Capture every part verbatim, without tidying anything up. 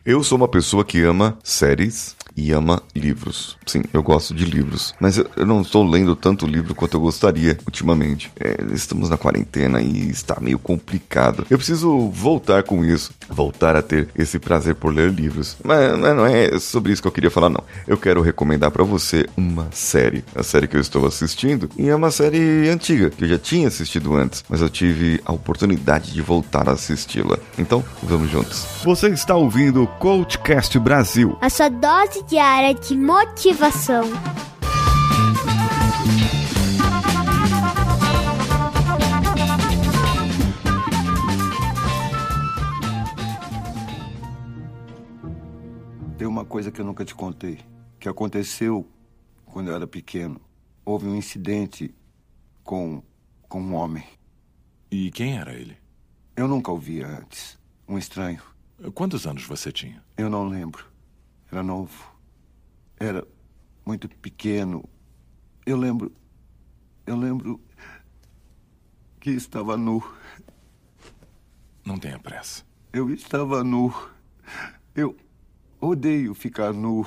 Eu sou uma pessoa que ama séries e ama livros. Sim, eu gosto de livros, mas eu, eu não estou lendo tanto livro quanto eu gostaria ultimamente. É, estamos na quarentena e está meio complicado. Eu preciso voltar com isso, voltar a ter esse prazer por ler livros. Mas, mas não é sobre isso que eu queria falar, não. Eu quero recomendar para você uma série. A série que eu estou assistindo, e é uma série antiga, que eu já tinha assistido antes, mas eu tive a oportunidade de voltar a assisti-la. Então, vamos juntos. Você está ouvindo o CoachCast Brasil, a sua dose diária de motivação. Tem uma coisa que eu nunca te contei, que aconteceu quando eu era pequeno. Houve um incidente com, com um homem. E quem era ele? Eu nunca o via antes. Um estranho. Quantos anos você tinha? Eu não lembro. Era novo. Era muito pequeno. Eu lembro... Eu lembro... que estava nu. Não tenha pressa. Eu estava nu. Eu odeio ficar nu.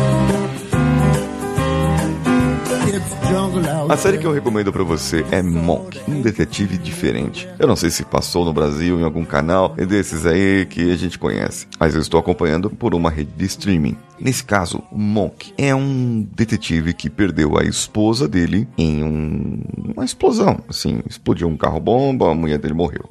A série que eu recomendo pra você é Monk, um detetive diferente. Eu não sei se passou no Brasil em algum canal, é desses aí que a gente conhece, mas eu estou acompanhando por uma rede de streaming. Nesse caso, Monk é um detetive que perdeu a esposa dele em um... uma explosão, assim, explodiu um carro-bomba, a mulher dele morreu.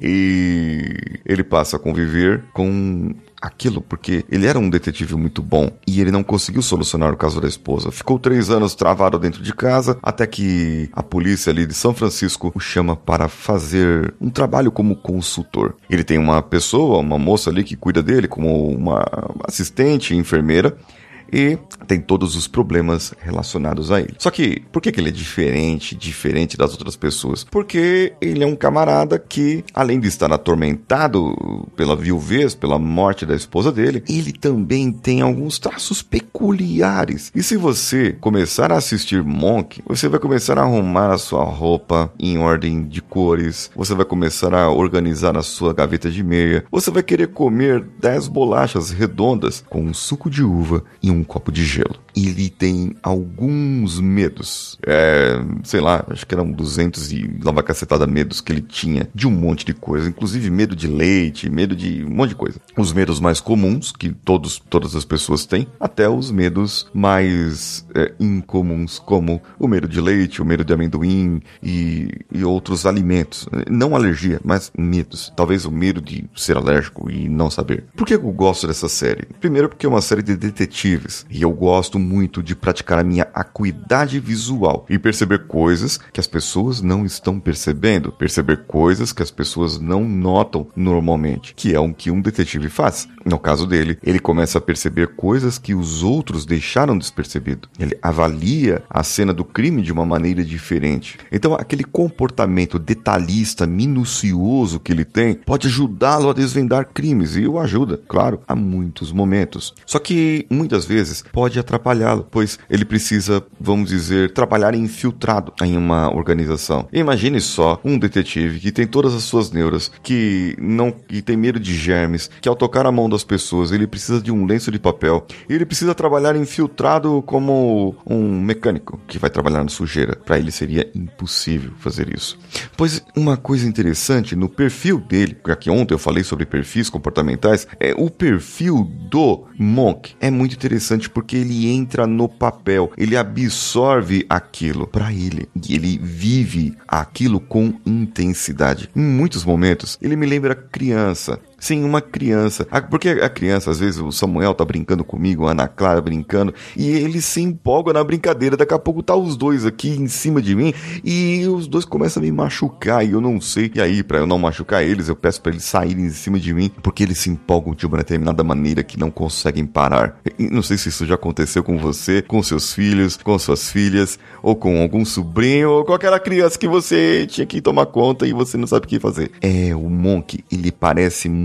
E ele passa a conviver com aquilo porque ele era um detetive muito bom e ele não conseguiu solucionar o caso da esposa. Ficou três anos travado dentro de casa até que a polícia ali de São Francisco o chama para fazer um trabalho como consultor. Ele tem uma pessoa, uma moça ali que cuida dele como uma assistente, enfermeira, e tem todos os problemas relacionados a ele. Só que, por que que ele é diferente, diferente das outras pessoas? Porque ele é um camarada que, além de estar atormentado pela viuvez, pela morte da esposa dele, ele também tem alguns traços peculiares. E se você começar a assistir Monk, você vai começar a arrumar a sua roupa em ordem de cores, você vai começar a organizar a sua gaveta de meia, você vai querer comer dez bolachas redondas com um suco de uva e um copo de gelo. Ele tem alguns medos. É, sei lá, acho que eram duzentos e lá vai cacetada medos que ele tinha de um monte de coisa, inclusive medo de leite, medo de um monte de coisa. Os medos mais comuns, que todos, todas as pessoas têm, até os medos mais é, incomuns, como o medo de leite, o medo de amendoim e, e outros alimentos. Não alergia, mas medos. Talvez o medo de ser alérgico e não saber. Por que eu gosto dessa série? Primeiro porque é uma série de detetives e eu gosto muito de praticar a minha acuidade visual e perceber coisas que as pessoas não estão percebendo, perceber coisas que as pessoas não notam normalmente, que é o que um detetive faz. No caso dele, ele começa a perceber coisas que os outros deixaram despercebido. Ele avalia a cena do crime de uma maneira diferente. Então, aquele comportamento detalhista, minucioso que ele tem, pode ajudá-lo a desvendar crimes, e o ajuda, claro, a muitos momentos. Só que, muitas vezes, pode atrapalhá-lo, pois ele precisa, vamos dizer, trabalhar infiltrado em uma organização. Imagine só um detetive que tem todas as suas neuras, que não que tem medo de germes, que ao tocar a mão das pessoas, ele precisa de um lenço de papel, e ele precisa trabalhar infiltrado como um mecânico que vai trabalhar na sujeira. Para ele seria impossível fazer isso. Pois uma coisa interessante no perfil dele, que ontem eu falei sobre perfis comportamentais, é o perfil do Monk é muito interessante porque ele entra no papel, ele absorve aquilo para ele e ele vive aquilo com intensidade. Em muitos momentos, ele me lembra criança. Sim, uma criança. Porque a criança, às vezes, o Samuel tá brincando comigo, a Ana Clara brincando, e ele se empolga na brincadeira. Daqui a pouco tá os dois aqui em cima de mim, e os dois começam a me machucar, e eu não sei. E aí, pra eu não machucar eles, eu peço pra eles saírem em cima de mim, porque eles se empolgam de uma determinada maneira que não conseguem parar. E não sei se isso já aconteceu com você, com seus filhos, com suas filhas, ou com algum sobrinho, ou com aquela criança que você tinha que tomar conta e você não sabe o que fazer. É, o Monk, ele parece muito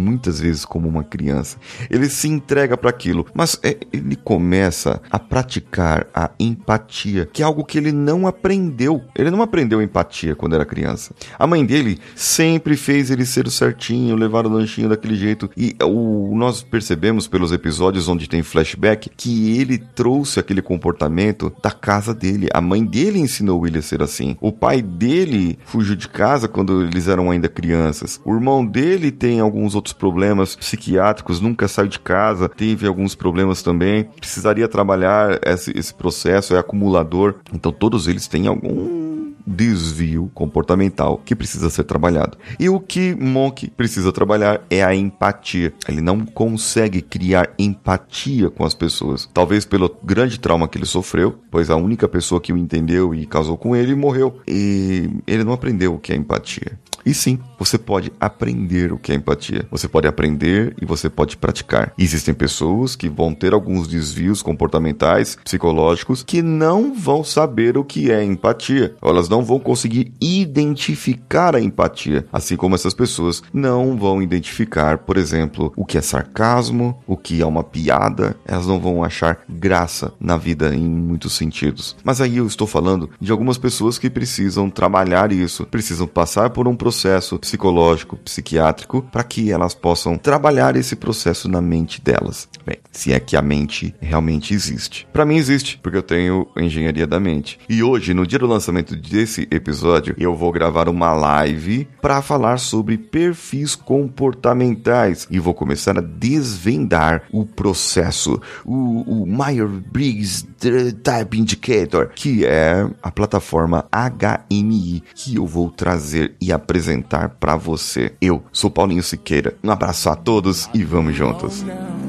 muitas vezes como uma criança. Ele se entrega para aquilo, mas é, ele começa a praticar a empatia, que é algo que ele não aprendeu. Ele não aprendeu empatia quando era criança. A mãe dele sempre fez ele ser o certinho, levar o lanchinho daquele jeito. E o, nós percebemos pelos episódios onde tem flashback que ele trouxe aquele comportamento da casa dele. A mãe dele ensinou ele a ser assim. O pai dele fugiu de casa quando eles eram ainda crianças. O irmão dele tem alguns outros problemas psiquiátricos, nunca saiu de casa, teve alguns problemas também. Precisaria trabalhar esse, esse processo, é acumulador. Então todos eles têm algum desvio comportamental que precisa ser trabalhado. E o que Monk precisa trabalhar é a empatia. Ele não consegue criar empatia com as pessoas. Talvez pelo grande trauma que ele sofreu, pois a única pessoa que o entendeu e casou com ele morreu. E ele não aprendeu o que é empatia. E sim, você pode aprender o que é empatia. Você pode aprender e você pode praticar. Existem pessoas que vão ter alguns desvios comportamentais, psicológicos, que não vão saber o que é empatia. Elas não vão conseguir identificar a empatia. Assim como essas pessoas não vão identificar, por exemplo, o que é sarcasmo, o que é uma piada. Elas não vão achar graça na vida em muitos sentidos. Mas aí eu estou falando de algumas pessoas que precisam trabalhar isso, precisam passar por um processo processo psicológico, psiquiátrico, para que elas possam trabalhar esse processo na mente delas. Bem, se é que a mente realmente existe. Para mim existe, porque eu tenho engenharia da mente. E hoje, no dia do lançamento desse episódio, eu vou gravar uma live para falar sobre perfis comportamentais e vou começar a desvendar o processo, o, o Myers-Briggs Type Indicator, que é a plataforma H M I que eu vou trazer e apresentar para você. Eu sou Paulinho Siqueira. Um abraço a todos e vamos juntos.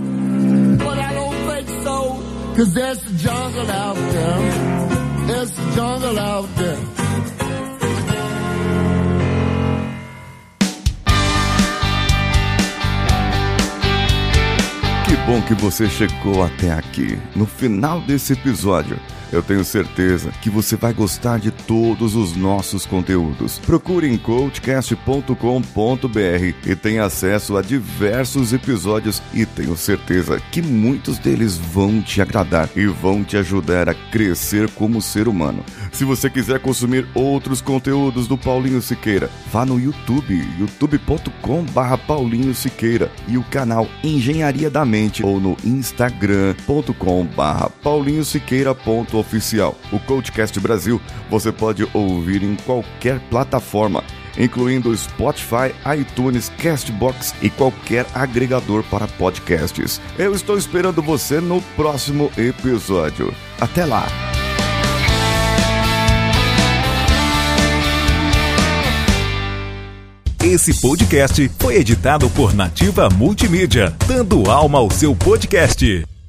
Que bom que você chegou até aqui. No final desse episódio, eu tenho certeza que você vai gostar de todos os nossos conteúdos. Procure em coachcast ponto com ponto b r e tenha acesso a diversos episódios e tenho certeza que muitos deles vão te agradar e vão te ajudar a crescer como ser humano. Se você quiser consumir outros conteúdos do Paulinho Siqueira, vá no YouTube, youtube ponto com barra Paulinho Siqueira e o canal Engenharia da Mente ou no instagram ponto com barra Paulinho Siqueira ponto oficial. O Coachcast Brasil você pode ouvir em qualquer plataforma, incluindo Spotify, iTunes, Castbox e qualquer agregador para podcasts. Eu estou esperando você no próximo episódio. Até lá! Esse podcast foi editado por Nativa Multimídia, dando alma ao seu podcast.